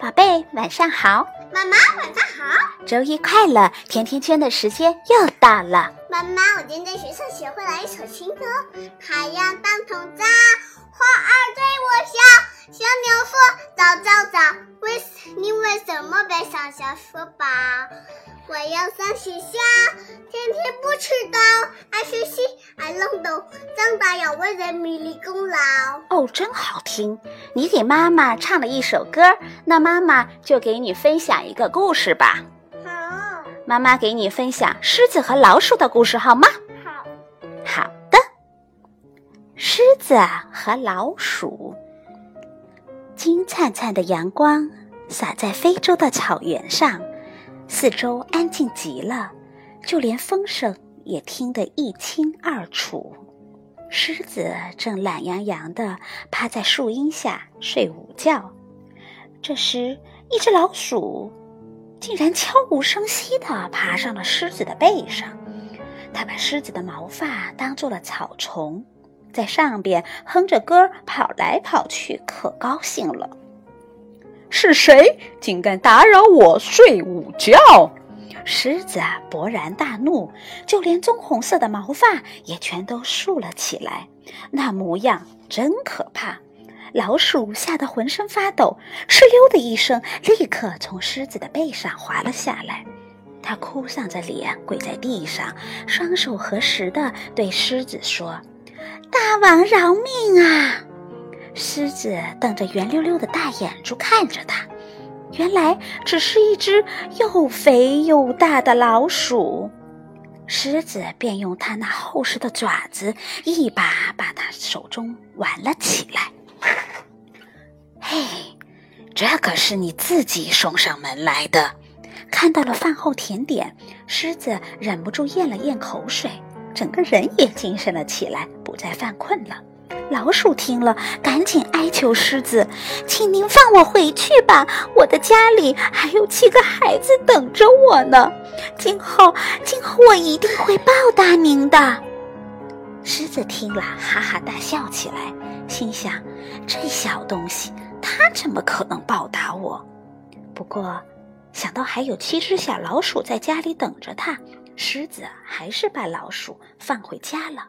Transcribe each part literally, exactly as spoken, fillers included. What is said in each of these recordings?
宝贝，晚上好。 妈妈，晚上好。 周一快乐，甜甜圈的时间又到了。 妈妈，我今天在学校学会了一首新歌。太阳当头照，花儿对我笑，小牛说早早早，为你为什么背上小说包？我要上学校，天天不迟到，爱学习，爱朗读，长大要为人民立功劳。 哦，真好听！你给妈妈唱了一首歌，那妈妈就给你分享一个故事吧。 好， 妈妈给你分享狮子和老鼠的故事，好吗？ 好。 好的。狮子和老鼠。金灿灿的阳光洒在非洲的草原上，四周安静极了，就连风声也听得一清二楚。狮子正懒洋洋地趴在树荫下睡午觉，这时一只老鼠竟然悄无声息地爬上了狮子的背上，它把狮子的毛发当做了草丛，在上边哼着歌跑来跑去，可高兴了。是谁竟敢打扰我睡午觉？狮子勃然大怒，就连棕红色的毛发也全都竖了起来，那模样真可怕。老鼠吓得浑身发抖，哧溜的一声，立刻从狮子的背上滑了下来。它哭丧着脸跪在地上，双手合十地对狮子说：大王饶命啊！狮子瞪着圆溜溜的大眼珠看着它，原来只是一只又肥又大的老鼠。狮子便用它那厚实的爪子一把把它手中挽了起来。嘿，这可是你自己送上门来的。看到了饭后甜点，狮子忍不住咽了咽口水，整个人也精神了起来，不再犯困了。老鼠听了，赶紧哀求狮子：请您放我回去吧，我的家里还有七个孩子等着我呢，今后今后我一定会报答您的。狮子听了哈哈大笑起来，心想：这小东西它怎么可能报答我？不过想到还有七只小老鼠在家里等着它，狮子还是把老鼠放回家了。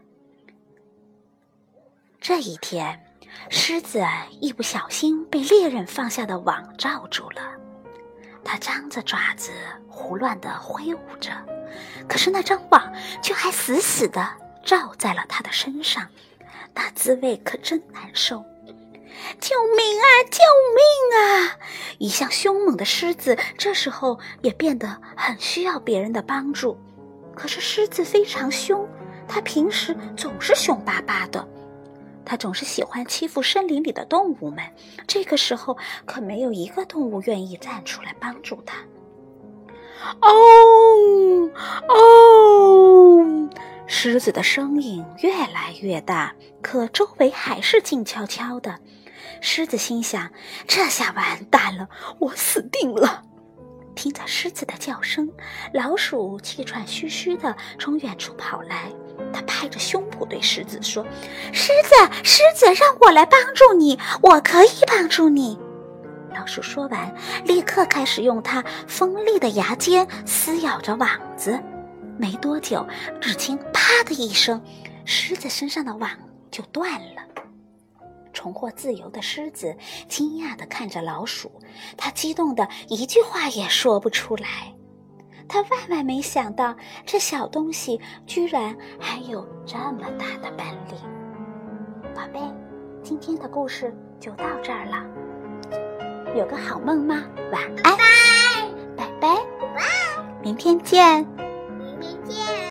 这一天，狮子一不小心被猎人放下的网罩住了，它张着爪子胡乱地挥舞着，可是那张网却还死死地罩在了它的身上，那滋味可真难受。救命啊！救命啊！一向凶猛的狮子这时候也变得很需要别人的帮助。可是狮子非常凶，它平时总是凶巴巴的，它总是喜欢欺负森林里的动物们，这个时候可没有一个动物愿意站出来帮助它。哦哦！狮子的声音越来越大，可周围还是静悄悄的。狮子心想：这下完蛋了，我死定了。听着狮子的叫声，老鼠气喘吁吁地从远处跑来，它拍着胸脯对狮子说：狮子，狮子，让我来帮助你，我可以帮助你。老鼠说完，立刻开始用它锋利的牙尖撕咬着网子。没多久，只听啪的一声，狮子身上的网就断了。重获自由的狮子惊讶地看着老鼠，它激动得一句话也说不出来。它万万没想到，这小东西居然还有这么大的本领。宝贝，今天的故事就到这儿了，有个好梦吗？晚安，拜拜， 拜拜， 明天见。